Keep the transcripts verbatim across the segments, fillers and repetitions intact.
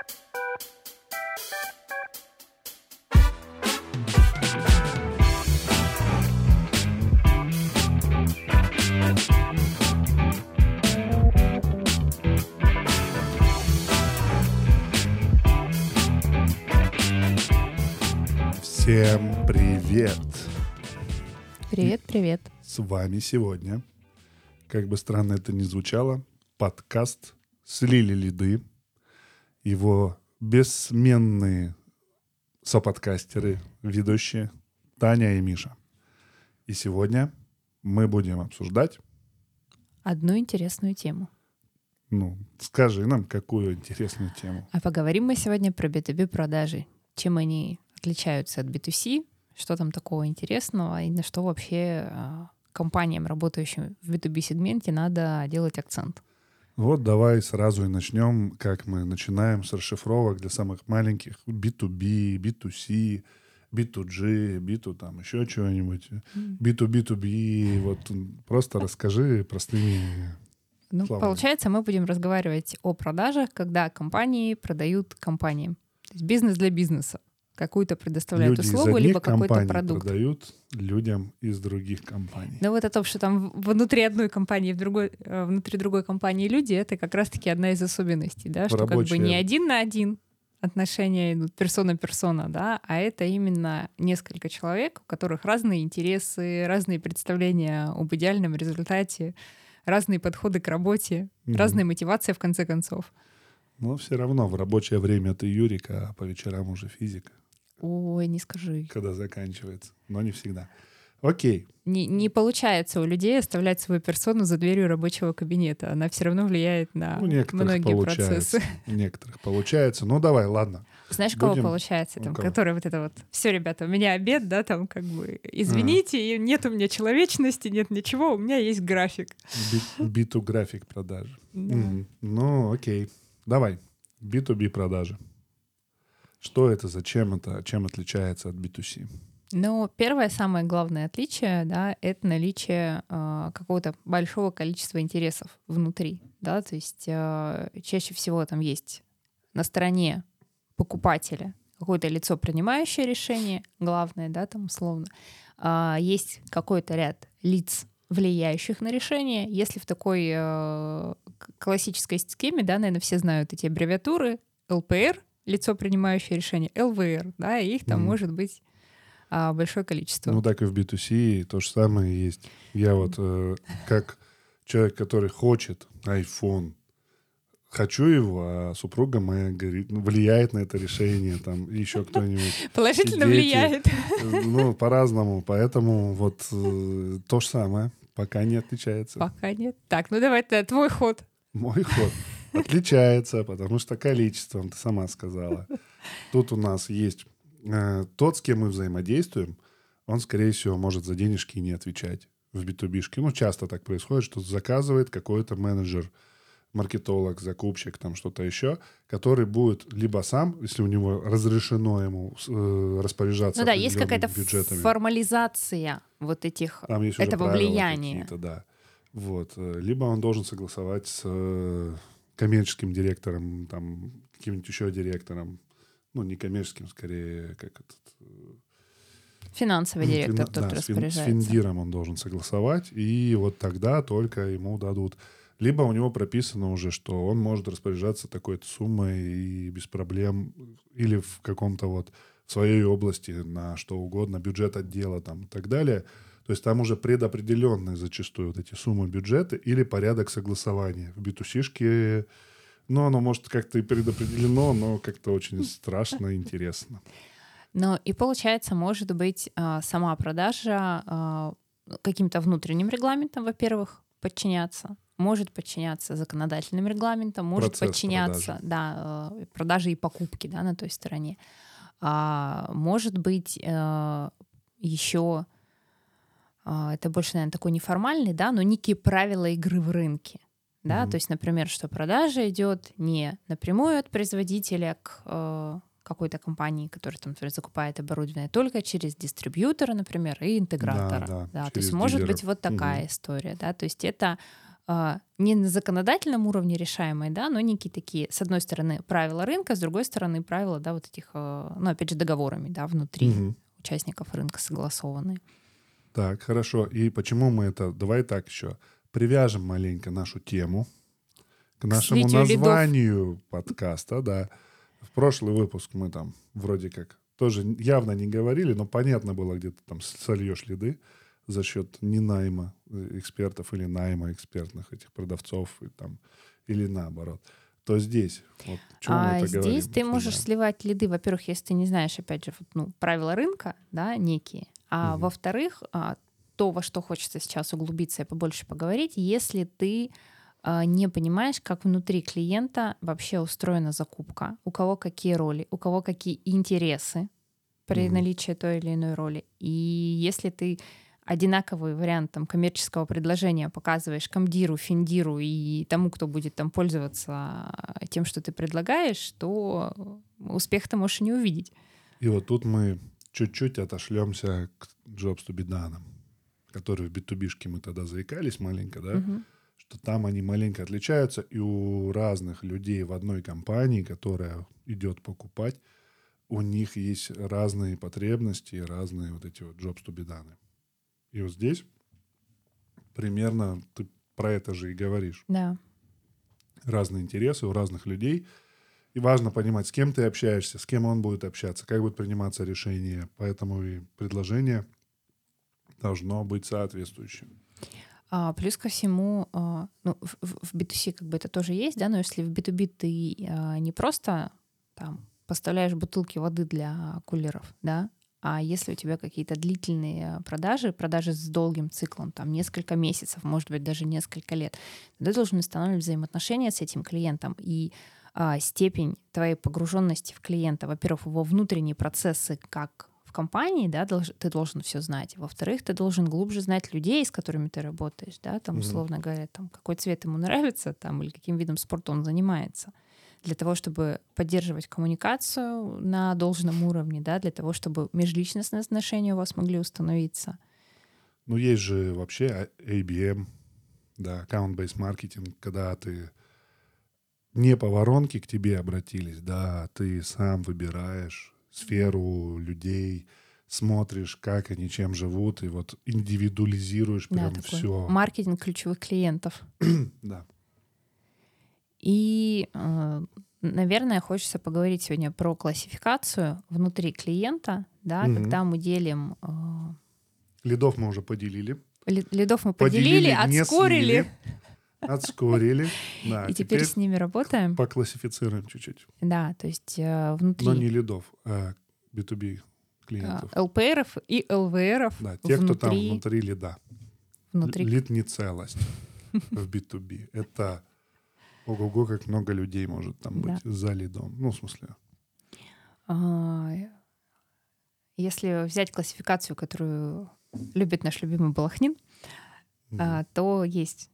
Всем привет! Привет, привет. С вами сегодня, как бы странно это ни звучало, подкаст «Слили лиды». Его бессменные соподкастеры, ведущие Таня и Миша. И сегодня мы будем обсуждать... Одну интересную тему. Ну, скажи нам, какую интересную тему. А поговорим мы сегодня про би ту би продажи. Чем они отличаются от би ту си, что там такого интересного и на что вообще э, компаниям, работающим в би ту би-сегменте, надо делать акцент. Вот давай сразу и начнем, как мы начинаем с расшифровок для самых маленьких. би ту би, би ту си, би ту джи, би ту там еще чего-нибудь. би ту би ту би. Вот просто расскажи простыми Ну, словами. Получается, мы будем разговаривать о продажах, когда компании продают компаниям. То есть бизнес для бизнеса. Какую-то предоставляют Люди услугу, из либо одних какой-то компаний продукт. продают людям из других компаний. Ну вот о том, что там внутри одной компании, в другой, внутри другой компании люди, это как раз-таки одна из особенностей, да, что Рабочие... как бы не один на один отношения идут, персона-персона, да, а это именно несколько человек, у которых разные интересы, разные представления об идеальном результате, разные подходы к работе, Угу. разная мотивация в конце концов. Но все равно в рабочее время ты Юрик, а по вечерам уже физик. Ой, не скажи. Когда заканчивается. Но не всегда. Окей. Не, не получается у людей оставлять свою персону за дверью рабочего кабинета. Она все равно влияет на У некоторых многие получается. процессы. У некоторых получается. Ну, давай, ладно. Знаешь, кого Будем... получается? Там, У кого? который вот это вот, все, ребята, у меня обед, да, там как бы, извините, а. нет у меня человечности, нет ничего, у меня есть график. би ту график продажи. Да. Mm-hmm. Ну, окей. Давай. би ту би продажи. Что это, зачем это, чем отличается от би ту си? Ну, первое, самое главное отличие, да, это наличие э, какого-то большого количества интересов внутри, да, то есть э, чаще всего там есть на стороне покупателя какое-то лицо, принимающее решение, главное, да, там условно, э, есть какой-то ряд лиц, влияющих на решение. Если в такой э, классической схеме, да, наверное, все знают эти аббревиатуры, эл пи эр, лицо, принимающее решение, эл ви эр, да, и их там mm-hmm. может быть а, большое количество. Ну, так и в би ту си то же самое есть. Я вот э, как человек, который хочет iPhone, хочу его, а супруга моя говорит, ну, влияет на это решение, там, еще кто-нибудь. Положительно дети, влияет. Ну, по-разному, поэтому вот э, то же самое, пока не отличается. Пока нет. Так, ну давай, это твой ход. Мой ход отличается, потому что количеством, ты сама сказала. Тут у нас есть э, тот, с кем мы взаимодействуем, он, скорее всего, может за денежки не отвечать в би ту би-шке. Ну, часто так происходит, что заказывает какой-то менеджер, маркетолог, закупщик, там что-то еще, который будет либо сам, если у него разрешено ему э, распоряжаться ну, да, есть какая-то бюджетами. Формализация вот этих, Там есть этого уже влияния. Да. Вот. Либо он должен согласовать с э, коммерческим директором, там, каким-нибудь еще директором, ну, не коммерческим, скорее, как этот... Финансовый директор, фин, тот да, распоряжается. С финдиром он должен согласовать, и вот тогда только ему дадут. Либо у него прописано уже, что он может распоряжаться такой-то суммой и без проблем, или в каком-то вот в своей области на что угодно, бюджет отдела там и так далее. То есть там уже предопределенные зачастую вот эти суммы бюджета или порядок согласования. В би ту си-шке, ну, оно может как-то и предопределено, но как-то очень страшно и интересно. Ну, и получается, может быть, сама продажа каким-то внутренним регламентом, во-первых, подчиняться, может подчиняться законодательным регламентам, может Процесс подчиняться продажи. Да, продаже и покупки, да, на той стороне. А, может быть, еще это больше, наверное, такой неформальный, да, но некие правила игры в рынке. Да? Mm-hmm. То есть, например, что продажа идет не напрямую от производителя к э, какой-то компании, которая там закупает оборудование, только через дистрибьютора, например, и интегратора. Да, да, да? То есть может дилеров. быть вот такая Mm-hmm. история. Да? То есть это а, не на законодательном уровне решаемые, да, но некие такие, с одной стороны, правила рынка, с другой стороны, правила, да, вот этих, а, ну, опять же, договорами, да, внутри Мгм. участников рынка согласованные. Так, хорошо. И почему мы это... Давай так еще. Привяжем маленько нашу тему к нашему слитию лидов. названию подкаста, да. В прошлый выпуск мы там вроде как тоже явно не говорили, но понятно было, где ты там сольешь лиды за счет не найма э, экспертов или найма экспертных этих продавцов и там, или наоборот. То здесь, вот, чему мы А это здесь говорим? ты можешь обсуждаем? сливать лиды, во-первых, если ты не знаешь, опять же, вот, ну, правила рынка, да, некие, а Мгм. во-вторых, а, то, во что хочется сейчас углубиться и побольше поговорить, если ты а, не понимаешь, как внутри клиента вообще устроена закупка, у кого какие роли, у кого какие интересы при Мгм. наличии той или иной роли. И если ты одинаковый вариант там, коммерческого предложения показываешь комдиру, финдиру и тому, кто будет там пользоваться тем, что ты предлагаешь, то успех ты можешь и не увидеть. И вот тут мы чуть-чуть отошлемся к Jobs to be done, которые в би ту би-шке мы тогда заикались маленько, да, Мгм. что там они маленько отличаются, и у разных людей в одной компании, которая идет покупать, у них есть разные потребности и разные вот эти вот jobs to be done. И вот здесь примерно ты про это же и говоришь. Да. Разные интересы у разных людей. И важно понимать, с кем ты общаешься, с кем он будет общаться, как будет приниматься решение. Поэтому и предложение должно быть соответствующим. А, плюс ко всему, а, ну, в, в- в би ту си как бы это тоже есть, да, но если в би ту би ты а, не просто там поставляешь бутылки воды для кулеров, да, а если у тебя какие-то длительные продажи, продажи с долгим циклом, там несколько месяцев, может быть, даже несколько лет, ты должен устанавливать взаимоотношения с этим клиентом и а, степень твоей погруженности в клиента, во-первых, его внутренние процессы, как в компании, да, долж- ты должен все знать. Во-вторых, ты должен глубже знать людей, с которыми ты работаешь, да, там, Мгм. условно говоря, там, какой цвет ему нравится, там, или каким видом спорта он занимается, для того, чтобы поддерживать коммуникацию на должном уровне, да, для того, чтобы межличностные отношения у вас могли установиться. Ну, есть же вообще а- эй би эм, да, account-based маркетинг, когда ты не по воронке к тебе обратились, да, а ты сам выбираешь сферу людей, смотришь, как они чем живут, и вот индивидуализируешь Да, прям такой все. маркетинг ключевых клиентов. Да. И, э, наверное, хочется поговорить сегодня про классификацию внутри клиента, да, Мгм. когда мы делим э, Лидов мы уже поделили. ли- лидов мы поделили, Поделили, не отскорили, слили, отскорили. Да, и теперь теперь с ними работаем. поклассифицируем чуть-чуть. Да, то есть э, Но внутри не лидов, а би ту би э, клиентов. эл пи эр-ов и эл ви эр-ов Да, те, кто там внутри, внутри лида. внутри. Лид не целость в би ту би. Это ого-го, как много людей может там Да. быть за лидом. Ну, в смысле. А, Если взять классификацию, которую любит наш любимый Балахнин, Мгм. а, то есть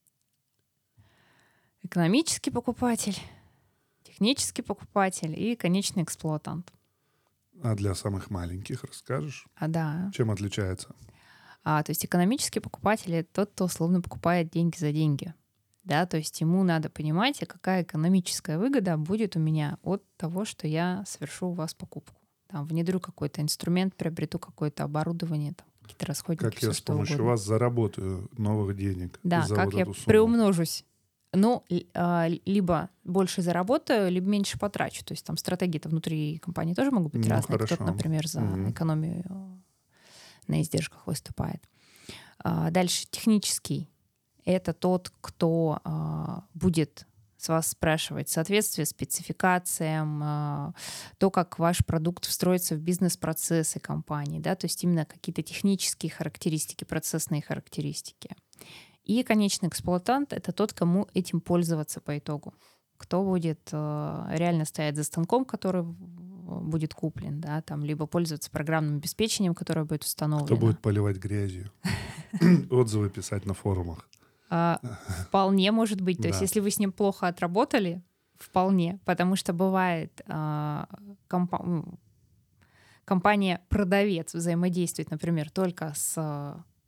экономический покупатель, технический покупатель и конечный эксплуатант. А для самых маленьких расскажешь, А, да. чем отличается? А, то есть экономический покупатель — это тот, кто условно покупает деньги за деньги. Да, то есть ему надо понимать, а какая экономическая выгода будет у меня от того, что я совершу у вас покупку. Там, внедрю какой-то инструмент, приобрету какое-то оборудование, там, какие-то расходники, Как я все с что помощью угодно. вас заработаю новых денег Да, за как вот я эту сумму? приумножусь. Ну, л- а, либо больше заработаю, либо меньше потрачу. То есть там стратегии-то внутри компании тоже могут быть Ну, разные. хорошо. Кто-то, например, за Мгм. экономию э, на издержках выступает. А, Дальше технический. Это тот, кто а, будет с вас спрашивать соответствие спецификациям, а, то, как ваш продукт встроится в бизнес-процессы компании, да, то есть именно какие-то технические характеристики, процессные характеристики. И конечный эксплуатант — это тот, кому этим пользоваться по итогу. Кто будет э, реально стоять за станком, который в- будет куплен, да, там, либо пользоваться программным обеспечением, которое будет установлено. Кто будет поливать грязью? Отзывы писать на форумах. А, вполне может быть. То есть Да. если вы с ним плохо отработали, вполне. Потому что бывает, а, компа- м, компания-продавец взаимодействует, например, только с а,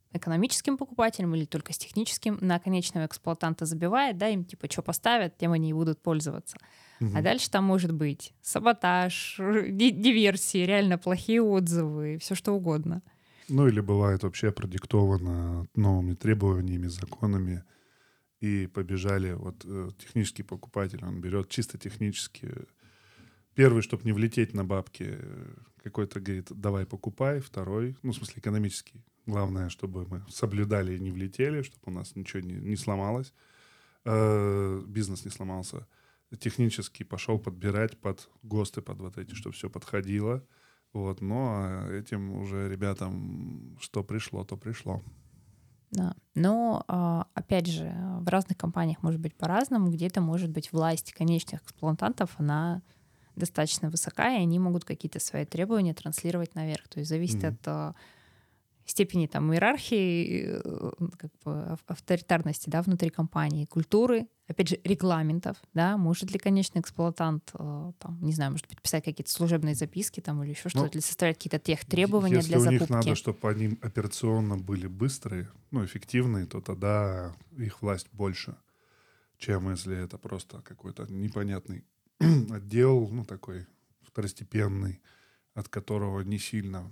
экономическим покупателям или только с техническим, на конечного эксплуатанта забивает, да, им типа что поставят, тем они и будут пользоваться. Мгм. А дальше там может быть саботаж, ди- диверсии, реально плохие отзывы, все что угодно. Ну или бывает вообще продиктовано новыми требованиями, законами, и побежали, вот э, технический покупатель, он берет чисто технически. Первый, чтобы не влететь на бабки, э, какой-то говорит, давай покупай. Второй, ну в смысле экономический. Главное, чтобы мы соблюдали и не влетели, чтобы у нас ничего не, не сломалось, э, бизнес не сломался. Технически пошел подбирать под ГОСТы, под вот эти, чтобы все подходило. Вот, но этим уже ребятам что пришло, то пришло. Да. Но, а, опять же, в разных компаниях может быть по-разному. Где-то может быть власть конечных эксплуатантов, она достаточно высока, и они могут какие-то свои требования транслировать наверх. То есть зависит Мгм. от а, степени там иерархии, э, как бы ав- авторитарности, да, внутри компании, культуры, опять же, регламентов, да, может ли конечный эксплуатант, э, там, не знаю, может быть, писать какие-то служебные записки там или еще Ну, что-то, или составлять какие-то тех требования Если для у них закупки. надо, чтобы они операционно были быстрые, ну, эффективные, то тогда их власть больше, чем если это просто какой-то непонятный отдел, ну, такой второстепенный, от которого не сильно,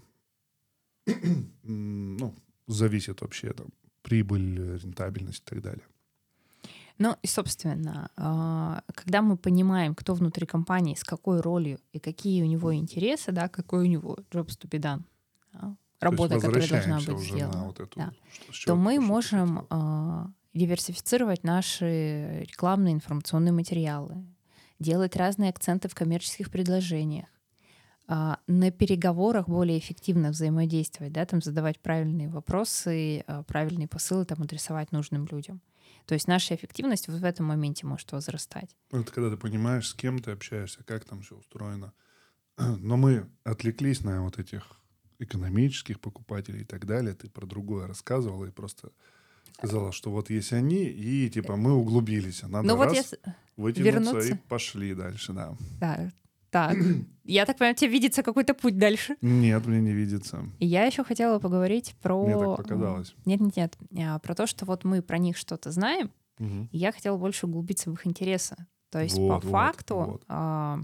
м, ну, зависит вообще там прибыль, рентабельность и так далее. Ну и, собственно, а, когда мы понимаем, кто внутри компании, с какой ролью и какие у него интересы, да, какой у него jobs to be done, да, То есть работа, которая должна возвращаемся быть уже на сделана, вот эту, да, что, с то чего ты мы что ты можем хотел. а, диверсифицировать наши рекламные информационные материалы, делать разные акценты в коммерческих предложениях, а, на переговорах более эффективно взаимодействовать, да, там задавать правильные вопросы, а, правильные посылы там адресовать нужным людям. То есть наша эффективность вот в этом моменте может возрастать. Ну, это когда ты понимаешь, с кем ты общаешься, как там все устроено. Но мы отвлеклись на вот этих экономических покупателей и так далее. Ты про другое рассказывала и просто сказала, что вот есть они, и типа мы углубились. А Ну надо вот я раз с- вытянуться и вернуться. пошли дальше, да. Да, так. Я так понимаю, тебе видится какой-то путь дальше. Нет, мне не видится. И я еще хотела поговорить Мне так про... показалось. Нет, нет, нет. а, Про то, что вот мы про них что-то знаем, Мгм. и я хотела больше углубиться в их интересы. То есть по Вот, вот, факту вот. а,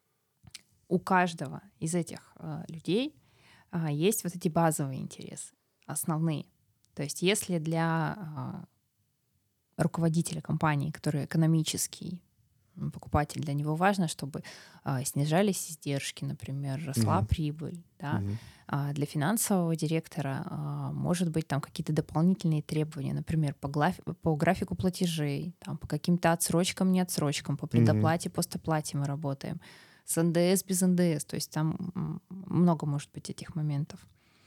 у каждого из этих а, людей а, есть вот эти базовые интересы, основные. То есть если для а, руководителя компании, который экономический м, покупатель, для него важно, чтобы а, снижались издержки, например, росла Мгм. прибыль, да. Мгм. А для финансового директора а, может быть там какие-то дополнительные требования, например, по, глаф- по графику платежей, там, по каким-то отсрочкам, не отсрочкам, по Мгм. предоплате, постоплате мы работаем, с эн дэ эс, без эн дэ эс, то есть там м, много может быть этих моментов.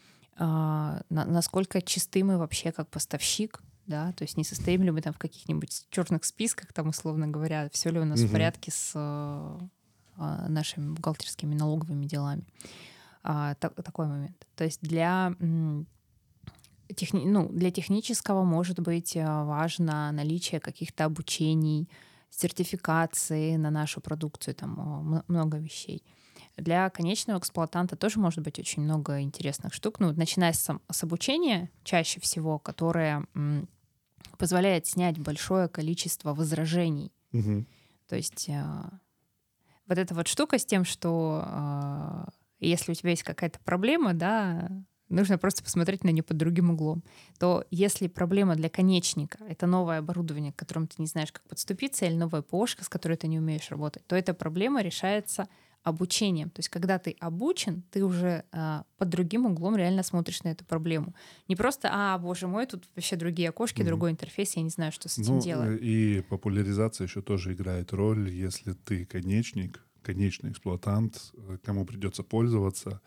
А, на- насколько чисты мы вообще как поставщик, да, то есть не состоим ли мы там в каких-нибудь черных списках, там, условно говоря, все ли у нас в Мгм. порядке с э, а, нашими бухгалтерскими налоговыми делами. А, та- такой момент. То есть для, м, техни- ну, для технического может быть э, важно наличие каких-то обучений, сертификации на нашу продукцию, там о, м- много вещей. Для конечного эксплуатанта тоже может быть очень много интересных штук. Ну, вот начиная с, сам- с обучения, чаще всего, которое м, позволяет снять большое количество возражений. Мгм. То есть а, вот эта вот штука с тем, что а, если у тебя есть какая-то проблема, да, нужно просто посмотреть на нее под другим углом. То если проблема для конечника — это новое оборудование, к которому ты не знаешь, как подступиться, или новая ПОшка, с которой ты не умеешь работать, то эта проблема решается обучением. То есть когда ты обучен, ты уже а, под другим углом реально смотришь на эту проблему. Не просто, а, боже мой, тут вообще другие окошки, Мгм. другой интерфейс, я не знаю, что с этим Ну, делать. э, и популяризация еще тоже играет роль, если ты конечник, конечный эксплуатант, э, кому придется пользоваться,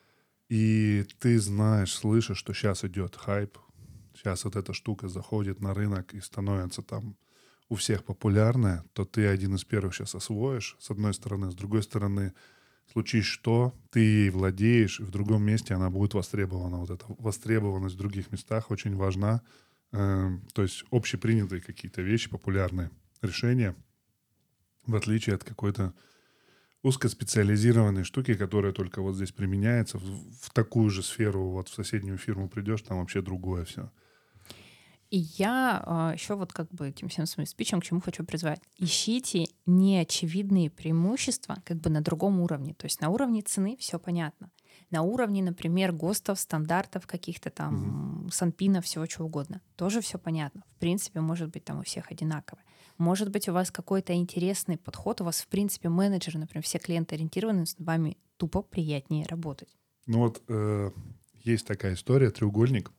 и ты знаешь, слышишь, что сейчас идет хайп, сейчас вот эта штука заходит на рынок и становится там у всех популярная, то ты один из первых сейчас освоишь, с одной стороны. С другой стороны, случись что, ты ей владеешь, и в другом месте она будет востребована. Вот эта востребованность в других местах очень важна. Эм, То есть общепринятые какие-то вещи, популярные решения, в отличие от какой-то узкоспециализированные штуки, которые только вот здесь применяются. В, в такую же сферу, вот в соседнюю фирму придешь, там вообще другое все. И я а, еще вот как бы этим всем своим спичем к чему хочу призвать. Ищите неочевидные преимущества как бы на другом уровне. То есть на уровне цены все понятно. На уровне, например, ГОСТов, стандартов каких-то там, Угу. санпинов, всего чего угодно. Тоже все понятно. В принципе, может быть, там у всех одинаково. Может быть, у вас какой-то интересный подход, у вас, в принципе, менеджеры, например, все клиенты ориентированы, с вами тупо приятнее работать. Ну вот э, есть такая история, треугольник.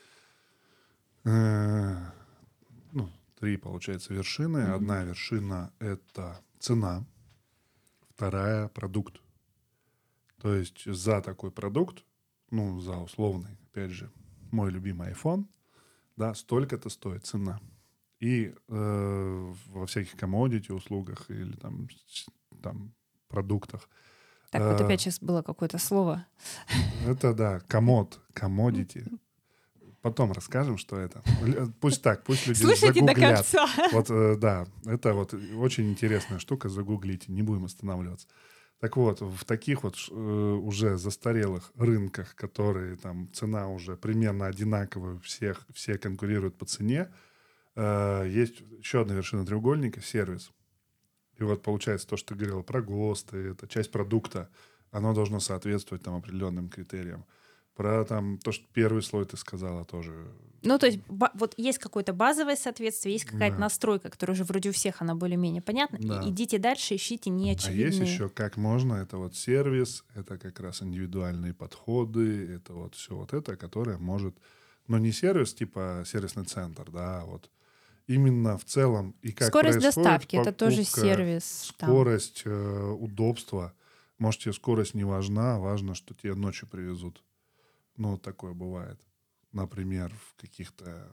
Э, ну, три, получается, вершины. Мгм. Одна вершина — это цена, вторая — продукт. То есть за такой продукт, ну, за условный, опять же, мой любимый iPhone, да, столько-то стоит цена. И э, во всяких commodity услугах или там, с- там продуктах. Так, вот э, опять сейчас было какое-то слово. это, да, комод, commodity. Потом расскажем, что это. Л- Пусть так, пусть люди Слушайте до загуглят. конца. Вот, э, да, это вот очень интересная штука, загуглите, не будем останавливаться. Так вот, в таких вот ш- э, уже застарелых рынках, которые там цена уже примерно одинаковая, у всех, все конкурируют по цене, э, есть еще одна вершина треугольника — сервис. И вот получается то, что ты говорил про ГОСТы, это часть продукта, оно должно соответствовать там определенным критериям. Про там то, что первый слой ты сказала, тоже. Ну, то есть ба- вот есть какое-то базовое соответствие, есть какая-то Да. настройка, которая уже вроде у всех, она более-менее понятна. И Да. идите дальше, ищите А есть неочевидные. еще как можно, это вот сервис, это как раз индивидуальные подходы, это вот все вот это, которое может, но не сервис типа сервисный центр, да, а вот именно в целом и как Скорость происходит доставки — это тоже покупка, сервис. Там. скорость, э, удобство. Может, тебе скорость не важна, важно, что тебе ночью привезут. Ну, такое бывает. Например, в каких-то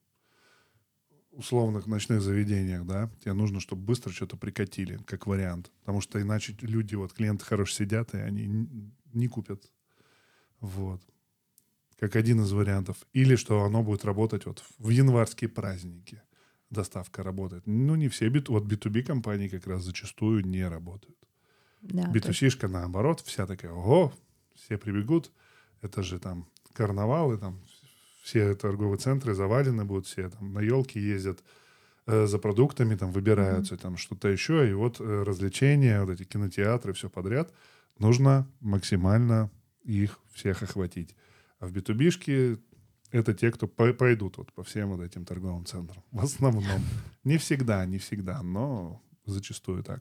условных ночных заведениях, да, тебе нужно, чтобы быстро что-то прикатили, как вариант. Потому что иначе люди, вот клиенты хорошо сидят, и они н- не купят. Вот. Как один из вариантов. Или что оно будет работать вот в январские праздники. Доставка работает. Ну, не все. Би- Вот би ту би компании как раз зачастую не работают. Да, би то ту есть си-шка наоборот, вся такая, ого, все прибегут. Это же там карнавалы, там все торговые центры завалены будут, все там на елки ездят э, за продуктами, там выбираются, мгм. там что-то еще. И вот э, развлечения, вот эти кинотеатры, все подряд. Нужно максимально их всех охватить. А в би ту би-шке это те, кто по- пойдут вот по всем вот этим торговым центрам. В основном. Не всегда, не всегда, но зачастую так.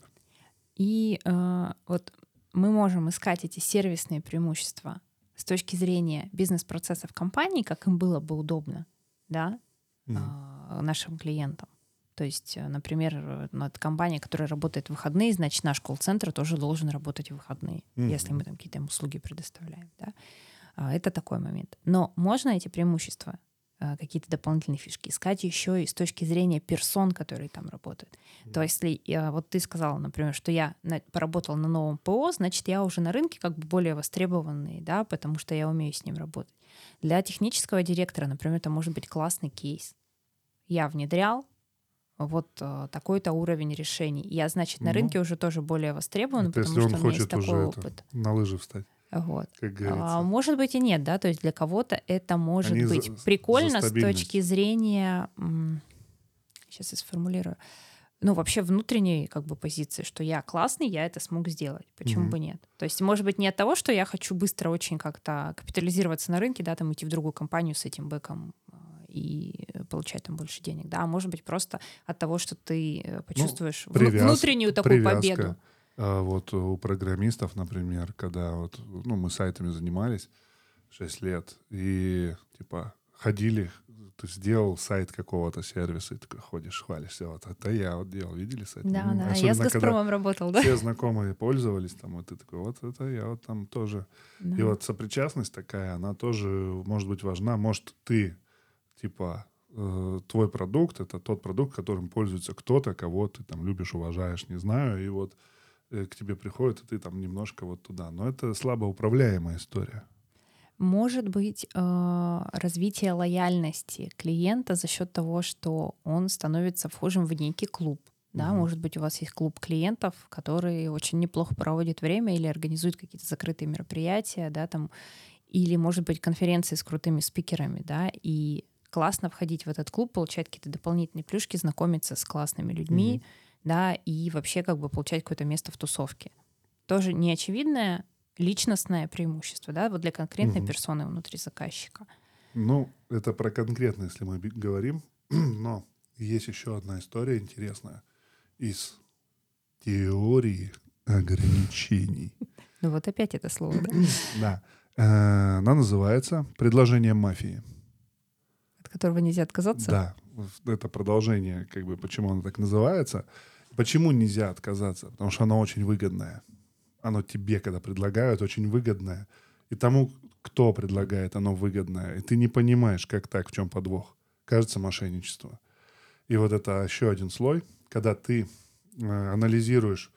И э, вот мы можем искать эти сервисные преимущества с точки зрения бизнес-процессов компании, как им было бы удобно, да, Мгм. а, нашим клиентам. То есть, э, например, э, ну, это компания, которая работает в выходные, значит, наш колл-центр тоже должен работать в выходные, Мгм. если мы там какие-то им услуги предоставляем. Да? А, Это такой момент. Но можно эти преимущества, э, какие-то дополнительные фишки искать еще и с точки зрения персон, которые там работают. То есть, если э, вот ты сказала, например, что я на- поработала на новом ПО, значит, я уже на рынке как бы более востребованный, да, потому что я умею с ним работать. Для технического директора, например, это может быть классный кейс. Я внедрял вот э, такой-то уровень решений. Я, значит, на Ну, рынке уже тоже более востребован, это если потому он что у меня есть хочет такой уже это, опыт. на лыжи встать, Вот. как А, говорится. может быть и нет, да, то есть для кого-то это может Они быть за, прикольно за с точки стабильность. зрения, м, сейчас я сформулирую, ну вообще внутренней как бы позиции, что я классный, я это смог сделать, почему Мгм. бы нет? То есть может быть не от того, что я хочу быстро очень как-то капитализироваться на рынке, да, там идти в другую компанию с этим бэком а, и получать там больше денег, да, а может быть просто от того, что ты э, Ну, почувствуешь вну- привяз, внутреннюю такую победу. привязка. А вот у программистов, например, когда вот, ну, мы сайтами занимались шесть лет, и типа ходили, ты сделал сайт какого-то сервиса, и такой ходишь, хвалишься, вот это я вот делал, видели сайт? Да, М, да, я с Особенно, когда «Газпромом» работал, да? все знакомые пользовались, там, вот ты такой, вот это я вот там тоже. И Да. вот сопричастность такая, она тоже может быть важна. Может, ты, типа, э, твой продукт — это тот продукт, которым пользуется кто-то, кого ты там любишь, уважаешь, не знаю, и вот э, к тебе приходит, и ты там немножко вот туда. Но это слабо управляемая история. Может быть, э, развитие лояльности клиента за счет того, что он становится вхожим в некий клуб, Да, Мгм. может быть, у вас есть клуб клиентов, которые очень неплохо проводят время или организуют какие-то закрытые мероприятия, да, там, или, может быть, конференции с крутыми спикерами, да, и классно входить в этот клуб, получать какие-то дополнительные плюшки, знакомиться с классными людьми, Мгм. да, и вообще как бы получать какое-то место в тусовке. Тоже неочевидное личностное преимущество, да, вот для конкретной Мгм. персоны внутри заказчика. Ну, это про конкретно, если мы би- говорим. Но есть еще одна история интересная из теории ограничений. Ну вот опять это слово, да, Да. Э, Она называется «Предложение мафии». от которого нельзя отказаться. Да, в- это продолжение, как бы, почему оно так называется. Почему нельзя отказаться? Потому что оно очень выгодное. Оно тебе, когда предлагают, очень выгодное. И тому, кто предлагает, оно выгодное. И ты не понимаешь, как так, в чем подвох. Кажется, мошенничество. И вот это еще один слой, когда ты э, анализируешь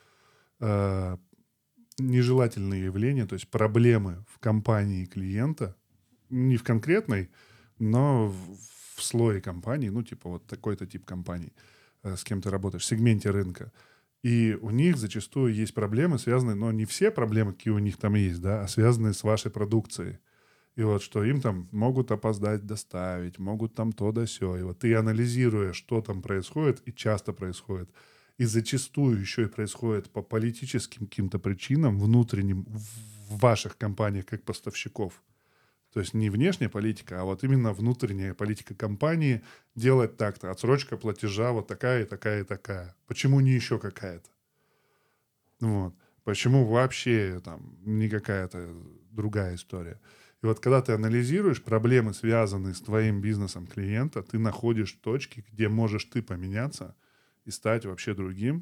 э, нежелательные явления, то есть проблемы в компании клиента, не в конкретной, но в, в слое компании, ну, типа вот такой-то тип компаний, э, с кем ты работаешь, в сегменте рынка. И у них зачастую есть проблемы, связанные, но не все проблемы, какие у них там есть, да, а связанные с вашей продукцией. И вот что им там могут опоздать доставить, могут там то да сё. И вот ты анализируя, что там происходит, и часто происходит, и зачастую еще и происходит по политическим каким-то причинам внутренним в ваших компаниях как поставщиков. То есть не внешняя политика, а вот именно внутренняя политика компании делать так-то. Отсрочка платежа вот такая и такая и такая. Почему не еще какая-то? Вот. Почему вообще там не какая-то другая история? И вот когда ты анализируешь проблемы, связанные с твоим бизнесом клиента, ты находишь точки, где можешь ты поменяться и стать вообще другим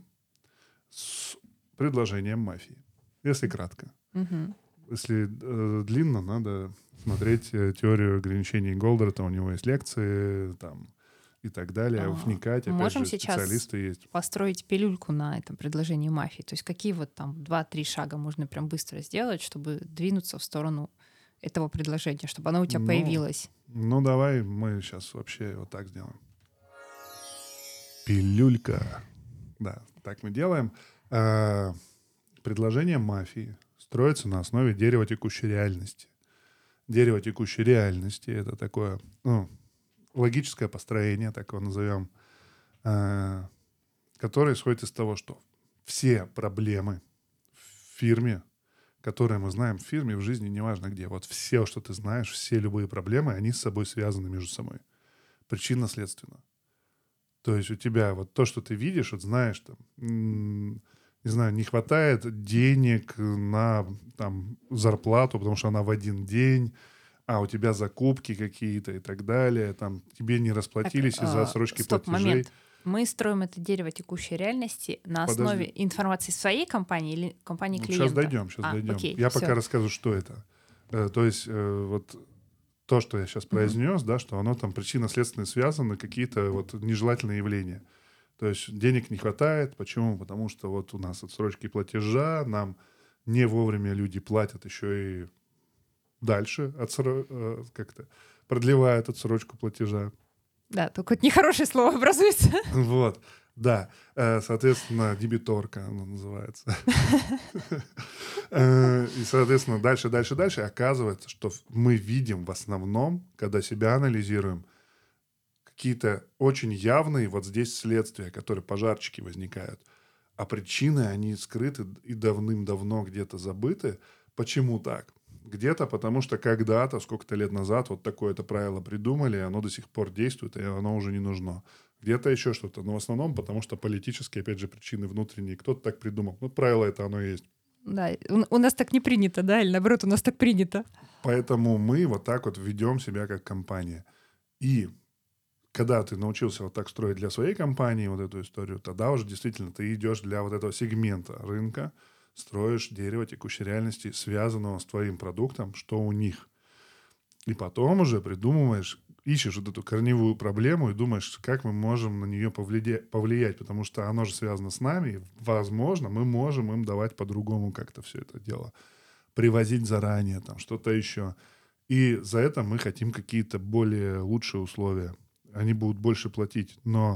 с предложением мафии. Если кратко. Мгм. Если э, длинно, надо смотреть э, теорию ограничений Голдрата, у него есть лекции там и так далее, А, вникать, опять Можем же, сейчас специалисты есть. построить пилюльку на этом предложении мафии? То есть какие вот там два-три шага можно прям быстро сделать, чтобы двинуться в сторону этого предложения, чтобы оно у тебя Ну, появилось? ну давай мы сейчас вообще вот так сделаем. Пилюлька. Да, так мы делаем. А, предложение мафии строится на основе дерева текущей реальности. Дерево текущей реальности — это такое, ну, логическое построение, так его назовем, а, которое исходит из того, что все проблемы в фирме, которые мы знаем в фирме, в жизни, неважно где, вот все, что ты знаешь, все любые проблемы, они с собой связаны между собой. Причинно-следственно. То есть у тебя вот то, что ты видишь, вот знаешь, там, м, не знаю, не хватает денег на там, зарплату, потому что она в один день, а у тебя закупки какие-то и так далее, там тебе не Так, расплатились из-за э, отсрочки стоп, платежей. момент. Мы строим это дерево текущей реальности на Подожди, основе информации своей компании или компании вот сейчас клиента? дойдем, сейчас А, дойдем. окей, Я пока все. расскажу, что это. Э, то есть э, вот то, что я сейчас произнес, да, что оно там причинно-следственно связано, какие-то вот нежелательные явления. То есть денег не хватает. Почему? Потому что вот у нас отсрочки платежа, нам не вовремя люди платят еще и дальше отсро... э, как-то продлевают отсрочку платежа. Да, только вот нехорошее слово образуется. Вот, да. Э, Соответственно, дебиторка она называется. Э, И, соответственно, дальше, дальше, дальше. Оказывается, что в- мы видим в основном, когда себя анализируем, какие-то очень явные вот здесь следствия, которые пожарчики возникают. А причины, они скрыты и давным-давно где-то забыты. Почему так? Где-то потому, что когда-то, сколько-то лет назад, вот такое-то правило придумали, и оно до сих пор действует, и оно уже не нужно. Где-то еще что-то. Но в основном потому, что политические, опять же, причины внутренние. Кто-то так придумал. Ну, правило это оно и есть. Да, у, у нас так не принято, да, или наоборот, у нас так принято. Поэтому мы вот так вот ведем себя как компания. И когда ты научился вот так строить для своей компании вот эту историю, тогда уже действительно ты идешь для вот этого сегмента рынка, строишь дерево текущей реальности, связанного с твоим продуктом, что у них. И потом уже придумываешь, ищешь вот эту корневую проблему и думаешь, как мы можем на нее повлиять, повлиять, потому что оно же связано с нами, и, возможно, мы можем им давать по-другому как-то все это дело, привозить заранее, там что-то еще. И за это мы хотим какие-то более лучшие условия. Они будут больше платить. Но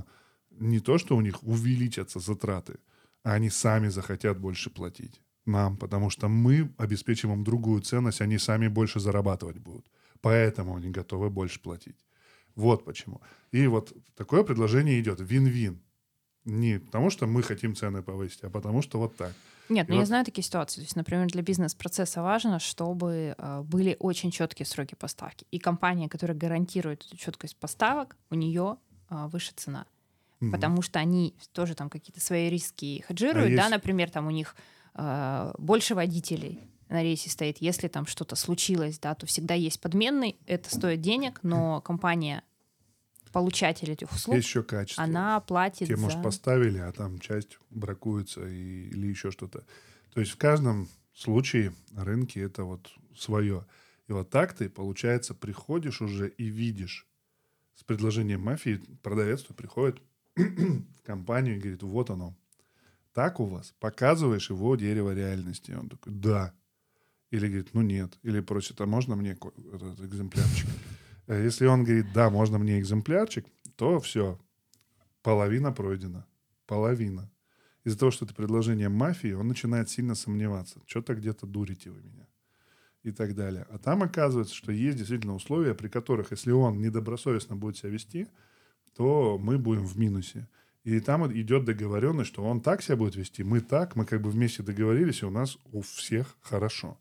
не то, что у них увеличатся затраты, а они сами захотят больше платить нам, потому что мы обеспечим им другую ценность, они сами больше зарабатывать будут. Поэтому они готовы больше платить. Вот почему. И вот такое предложение идет. Вин-вин. Не потому, что мы хотим цены повысить, а потому, что вот так. Нет, И ну вот... я знаю такие ситуации. То есть, например, для бизнес-процесса важно, чтобы э, были очень четкие сроки поставки. И компания, которая гарантирует эту четкость поставок, у нее э, выше цена. Mm-hmm. Потому что они тоже там какие-то свои риски хеджируют. А да, есть... например, там у них э, больше водителей на рейсе стоит. Если там что-то случилось, да, то всегда есть подменный. Это стоит денег, но компания... получатель этих услуг, есть еще качество. Она платит Те, за... может, поставили, а там часть бракуется и, или еще что-то. То есть в каждом случае на рынке это вот свое. И вот так ты, получается, приходишь уже и видишь. С предложением мафии продавец приходит в компанию и говорит, вот оно. Так у вас? Показываешь его дерево реальности. Он такой, да. Или говорит, ну нет. Или просит, а можно мне этот экземплярчик? Если он говорит, да, можно мне экземплярчик, то все, половина пройдена. Половина. Из-за того, что это предложение мафии, он начинает сильно сомневаться. Что-то где-то дурите вы меня. И так далее. А там оказывается, что есть действительно условия, при которых, если он недобросовестно будет себя вести, то мы будем в минусе. И там идет договоренность, что он так себя будет вести, мы так, мы как бы вместе договорились, и у нас у всех хорошо.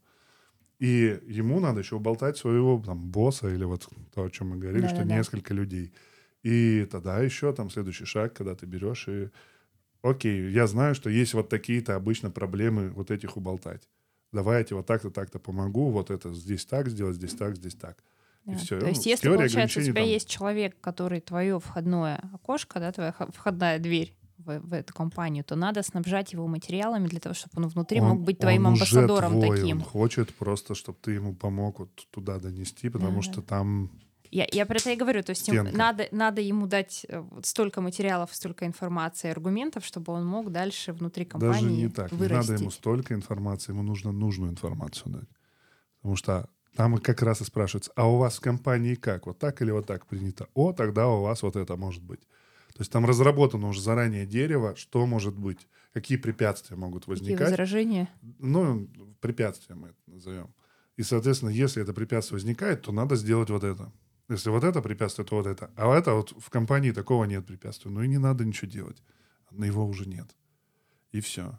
И ему надо еще уболтать своего там, босса или вот то, о чем мы говорили, да, что да, несколько да. людей. И тогда еще там следующий шаг, когда ты берешь и... Окей, я знаю, что есть вот такие-то обычно проблемы вот этих уболтать. Давайте вот так-то, так-то помогу, вот это здесь так сделать, здесь так, здесь так. Да. И все. То есть если, получается, у тебя там... есть человек, который твое входное окошко, да, твоя входная дверь, В, в эту компанию, то надо снабжать его материалами для того, чтобы он внутри он, мог быть твоим он амбассадором уже твой, таким. Он хочет просто, чтобы ты ему помог вот туда донести, потому да, что да. там я, я про это и говорю. То есть надо, надо ему дать столько материалов, столько информации, аргументов, чтобы он мог дальше внутри компании даже не так. вырастить. Не надо ему столько информации, ему нужно нужную информацию дать. Потому что там как раз и спрашивается, а у вас в компании как? Вот так или вот так принято? О, тогда у вас вот это может быть. То есть там разработано уже заранее дерево, что может быть, какие препятствия могут возникать. Какие возражения? Ну, препятствия мы это назовем. И, соответственно, если это препятствие возникает, то надо сделать вот это. Если вот это препятствие, то вот это. А это вот в компании такого нет препятствия. Ну и не надо ничего делать. Но его уже нет. И все.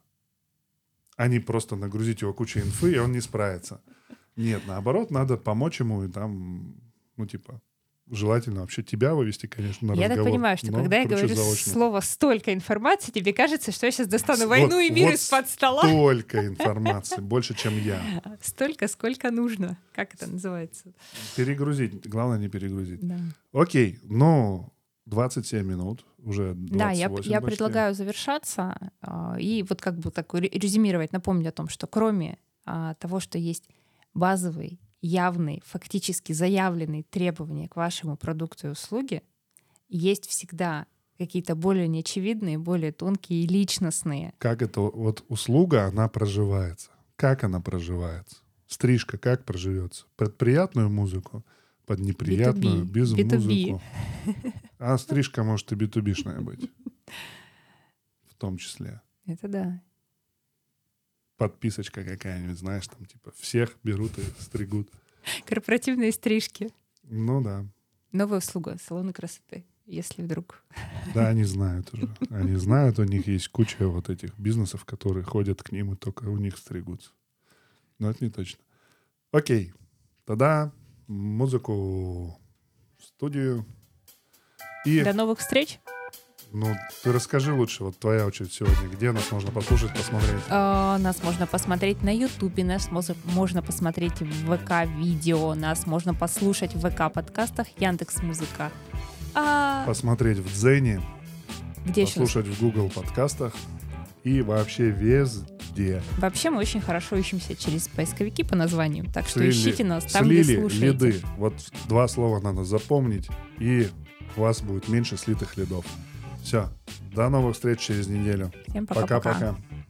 А не просто нагрузить его кучей инфы, и он не справится. Нет, наоборот, надо помочь ему и там, ну типа... Желательно вообще тебя вывести, конечно, на я разговор. Я так понимаю, что когда я говорю заочно. Слово «столько информации», тебе кажется, что я сейчас достану войну вот, и мир вот из-под стола. Столько информации, больше, чем я. Столько, сколько нужно. Как это называется? Перегрузить. Главное, не перегрузить. Да. Окей, ну, двадцать семь минут, уже двадцать восемь Да, я, я почти. предлагаю завершаться и вот как бы так резюмировать, напомнить о том, что кроме а, того, что есть базовый, явные, фактически заявленные требования к вашему продукту и услуге, есть всегда какие-то более неочевидные, более тонкие и личностные. Как эта вот услуга, она проживается? Как она проживается? Стрижка как проживется? Под приятную музыку? Под неприятную? би ту би. Без би ту би. музыку? А стрижка может и би ту би-шная быть. В том числе. Это да. Подписочка какая-нибудь, знаешь, там типа всех берут и стригут. Корпоративные стрижки. Ну да. Новая услуга, салоны красоты, если вдруг. Да, они знают уже. Они знают, у них есть куча вот этих бизнесов, которые ходят к ним и только у них стригутся. Но это не точно. Окей. Тогда музыку в студию. И... До новых встреч. Ну, ты расскажи лучше, вот твоя очередь сегодня. Где нас можно послушать, посмотреть? Uh, нас можно посмотреть на Ютубе, нас можно посмотреть в ВК-видео, нас можно послушать в ВК-подкастах, Яндекс.Музыка. Uh... Посмотреть в Дзене, Где послушать еще? в Google подкастах и вообще везде. Вообще мы очень хорошо ищемся через поисковики по названиям, так что слили, ищите нас там, слили где слушаете. Лиды. Вот два слова надо запомнить, и у вас будет меньше слитых лидов. Все. До новых встреч через неделю. Всем пока-пока. Пока-пока.